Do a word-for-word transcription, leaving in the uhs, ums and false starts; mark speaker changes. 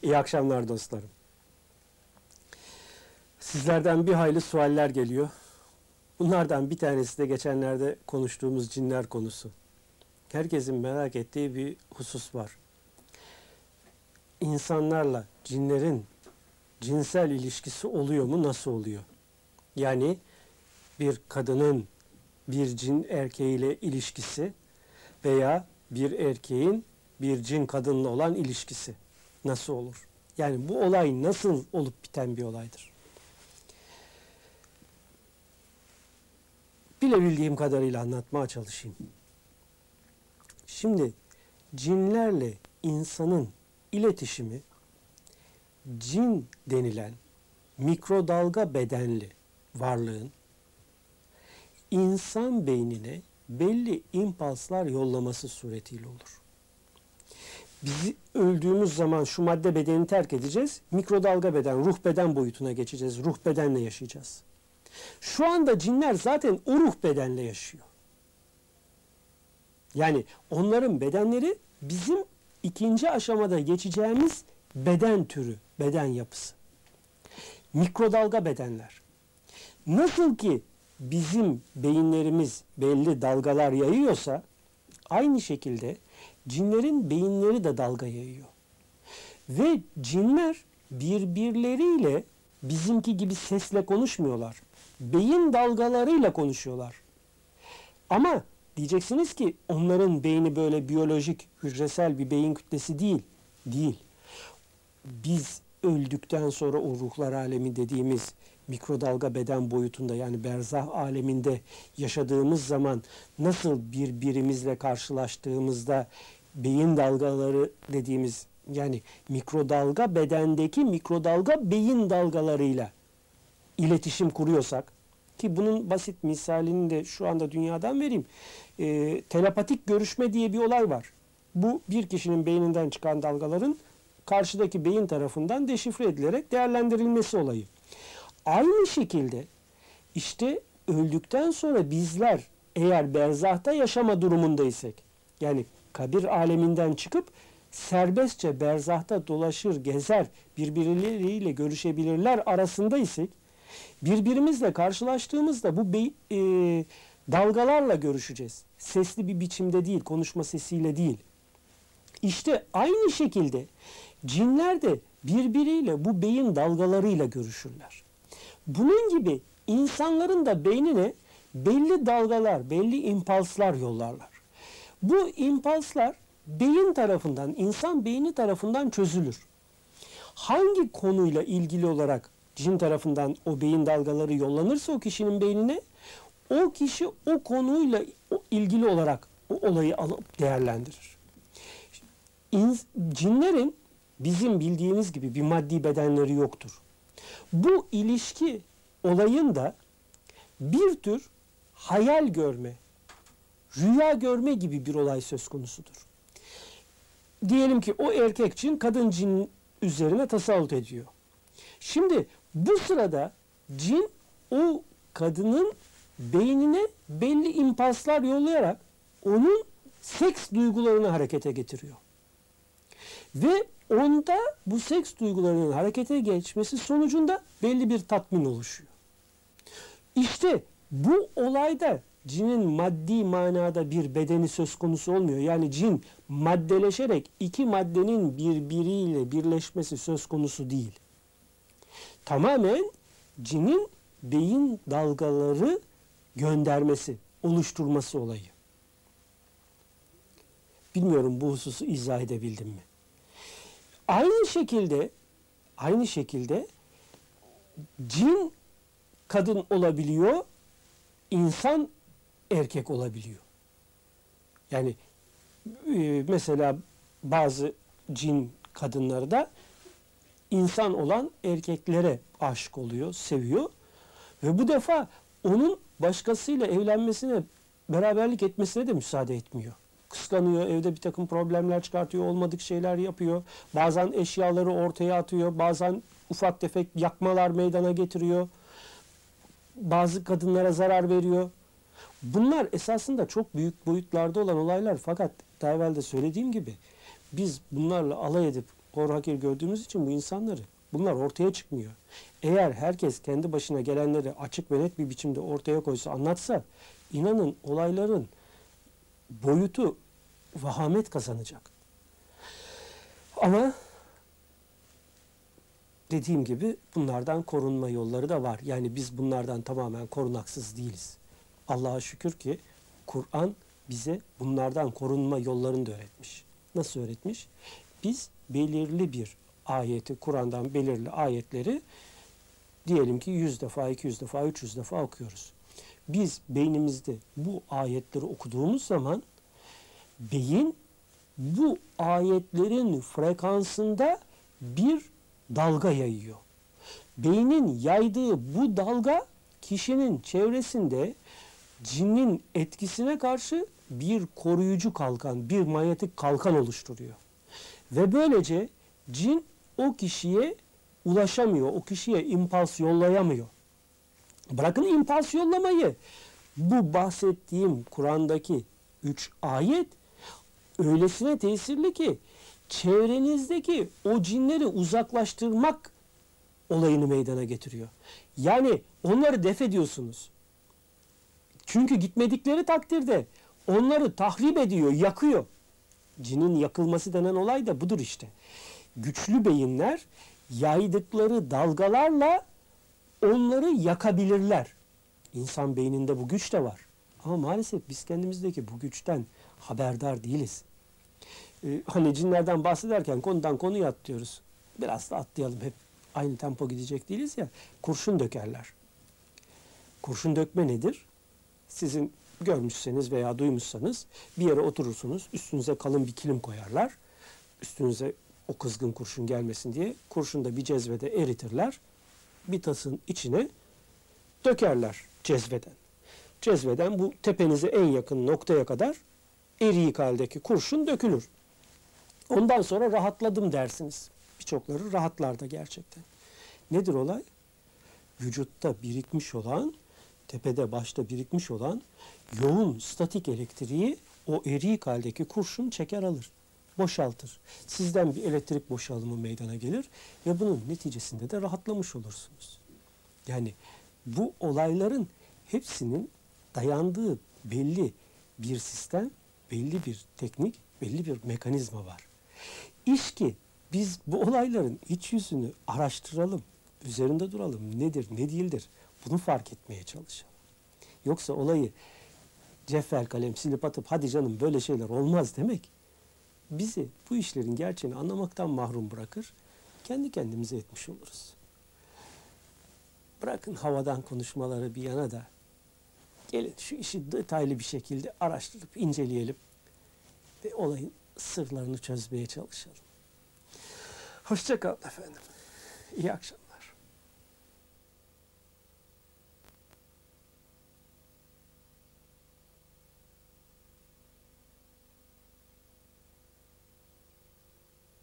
Speaker 1: İyi akşamlar dostlarım. Sizlerden bir hayli sualler geliyor. Bunlardan bir tanesi de geçenlerde konuştuğumuz cinler konusu. Herkesin merak ettiği bir husus var. İnsanlarla cinlerin cinsel ilişkisi oluyor mu, nasıl oluyor? Yani bir kadının bir cin erkeğiyle ilişkisi veya bir erkeğin bir cin kadınla olan ilişkisi nasıl olur? Yani bu olay nasıl olup biten bir olaydır? Bilebildiğim kadarıyla anlatmaya çalışayım. Şimdi cinlerle insanın iletişimi, cin denilen mikrodalga bedenli varlığın insan beynine belli impulslar yollaması suretiyle olur. Biz öldüğümüz zaman şu madde bedeni terk edeceğiz, mikrodalga beden, ruh beden boyutuna geçeceğiz, ruh bedenle yaşayacağız. Şu anda cinler zaten o ruh bedenle yaşıyor. Yani onların bedenleri bizim ikinci aşamada geçeceğimiz beden türü, beden yapısı. Mikrodalga bedenler. Nasıl ki bizim beyinlerimiz belli dalgalar yayıyorsa, aynı şekilde cinlerin beyinleri de dalga yayıyor. Ve cinler birbirleriyle bizimki gibi sesle konuşmuyorlar. Beyin dalgalarıyla konuşuyorlar. Ama diyeceksiniz ki onların beyni böyle biyolojik, hücresel bir beyin kütlesi değil. Değil. Biz öldükten sonra o ruhlar alemi dediğimiz mikrodalga beden boyutunda, yani berzah aleminde yaşadığımız zaman nasıl birbirimizle karşılaştığımızda beyin dalgaları dediğimiz, yani mikrodalga bedendeki mikrodalga beyin dalgalarıyla iletişim kuruyorsak, ki bunun basit misalini de şu anda dünyadan vereyim. E, telepatik görüşme diye bir olay var. Bu bir kişinin beyninden çıkan dalgaların karşıdaki beyin tarafından deşifre edilerek değerlendirilmesi olayı. Aynı şekilde işte öldükten sonra bizler eğer berzahta yaşama durumundaysak, yani kabir aleminden çıkıp serbestçe berzahta dolaşır, gezer, birbirleriyle görüşebilirler arasındaysak, birbirimizle karşılaştığımızda bu be, e, dalgalarla görüşeceğiz. Sesli bir biçimde değil, konuşma sesiyle değil. İşte aynı şekilde cinler de birbiriyle bu beyin dalgalarıyla görüşürler. Bunun gibi insanların da beynine belli dalgalar, belli impulslar yollarlar. Bu impulslar beyin tarafından, insan beyni tarafından çözülür. Hangi konuyla ilgili olarak cin tarafından o beyin dalgaları yollanırsa o kişinin beynine, o kişi o konuyla ilgili olarak o olayı alıp değerlendirir. Cinlerin bizim bildiğimiz gibi bir maddi bedenleri yoktur. Bu ilişki olayında bir tür hayal görme, rüya görme gibi bir olay söz konusudur. Diyelim ki o erkek cin kadın cin üzerine tasallut ediyor. Şimdi bu sırada cin o kadının beynine belli impulslar yollayarak onun seks duygularını harekete getiriyor. Ve onda bu seks duygularının harekete geçmesi sonucunda belli bir tatmin oluşuyor. İşte bu olayda cinin maddi manada bir bedeni söz konusu olmuyor. Yani cin maddeleşerek iki maddenin birbiriyle birleşmesi söz konusu değil. Tamamen cinin beyin dalgaları göndermesi, oluşturması olayı. Bilmiyorum bu hususu izah edebildim mi? Aynı şekilde, aynı şekilde cin kadın olabiliyor, insan erkek olabiliyor. Yani e, mesela bazı cin kadınları da insan olan erkeklere aşık oluyor, seviyor ve bu defa onun başkasıyla evlenmesine, beraberlik etmesine de müsaade etmiyor. Kıskanıyor, evde bir takım problemler çıkartıyor, olmadık şeyler yapıyor. Bazen eşyaları ortaya atıyor, bazen ufak tefek yakmalar meydana getiriyor. Bazı kadınlara zarar veriyor. Bunlar esasında çok büyük boyutlarda olan olaylar, fakat daha evvel de söylediğim gibi biz bunlarla alay edip hor hakir gördüğümüz için bu insanları, bunlar ortaya çıkmıyor. Eğer herkes kendi başına gelenleri açık ve net bir biçimde ortaya koysa, anlatsa, inanın olayların boyutu vahamet kazanacak. Ama dediğim gibi bunlardan korunma yolları da var. Yani biz bunlardan tamamen korunaksız değiliz. Allah'a şükür ki Kur'an bize bunlardan korunma yollarını da öğretmiş. Nasıl öğretmiş? Biz belirli bir ayeti, Kur'an'dan belirli ayetleri diyelim ki yüz defa, iki yüz defa, üç yüz defa okuyoruz. Biz beynimizde bu ayetleri okuduğumuz zaman beyin bu ayetlerin frekansında bir dalga yayıyor. Beynin yaydığı bu dalga kişinin çevresinde cinnin etkisine karşı bir koruyucu kalkan, bir manyetik kalkan oluşturuyor. Ve böylece cin o kişiye ulaşamıyor, o kişiye impals yollayamıyor. Bırakın impals yollamayı, bu bahsettiğim Kur'an'daki üç ayet öylesine tesirli ki çevrenizdeki o cinleri uzaklaştırmak olayını meydana getiriyor. Yani onları def ediyorsunuz. Çünkü gitmedikleri takdirde onları tahrip ediyor, yakıyor. Cinin yakılması denen olay da budur işte. Güçlü beyinler yaydıkları dalgalarla onları yakabilirler. İnsan beyninde bu güç de var. Ama maalesef biz kendimizdeki bu güçten haberdar değiliz. Ee, hani cinlerden bahsederken konudan konuya atlıyoruz. Biraz da atlayalım, hep aynı tempo gidecek değiliz ya. Kurşun dökerler. Kurşun dökme nedir? Sizin görmüşseniz veya duymuşsanız bir yere oturursunuz, üstünüze kalın bir kilim koyarlar. Üstünüze o kızgın kurşun gelmesin diye kurşunu da bir cezvede eritirler. Bir tasın içine dökerler cezveden. Cezveden bu tepenize en yakın noktaya kadar eriyik haldeki kurşun dökülür. Ondan sonra rahatladım dersiniz. Birçokları rahatlar da gerçekten. Nedir olay? Vücutta birikmiş olan, tepede başta birikmiş olan yoğun statik elektriği o eriyik haldeki kurşun çeker alır. Boşaltır. Sizden bir elektrik boşalımı meydana gelir ve bunun neticesinde de rahatlamış olursunuz. Yani bu olayların hepsinin dayandığı belli bir sistem, belli bir teknik, belli bir mekanizma var. İş ki biz bu olayların iç yüzünü araştıralım, üzerinde duralım, nedir, ne değildir, bunu fark etmeye çalışalım. Yoksa olayı ceffel kalem silip atıp hadi canım böyle şeyler olmaz demek bizi bu işlerin gerçeğini anlamaktan mahrum bırakır, kendi kendimize etmiş oluruz. Bırakın havadan konuşmaları bir yana da gelin şu işi detaylı bir şekilde araştırıp inceleyelim ve olayın sırlarını çözmeye çalışalım. Hoşça kalın efendim. İyi akşamlar.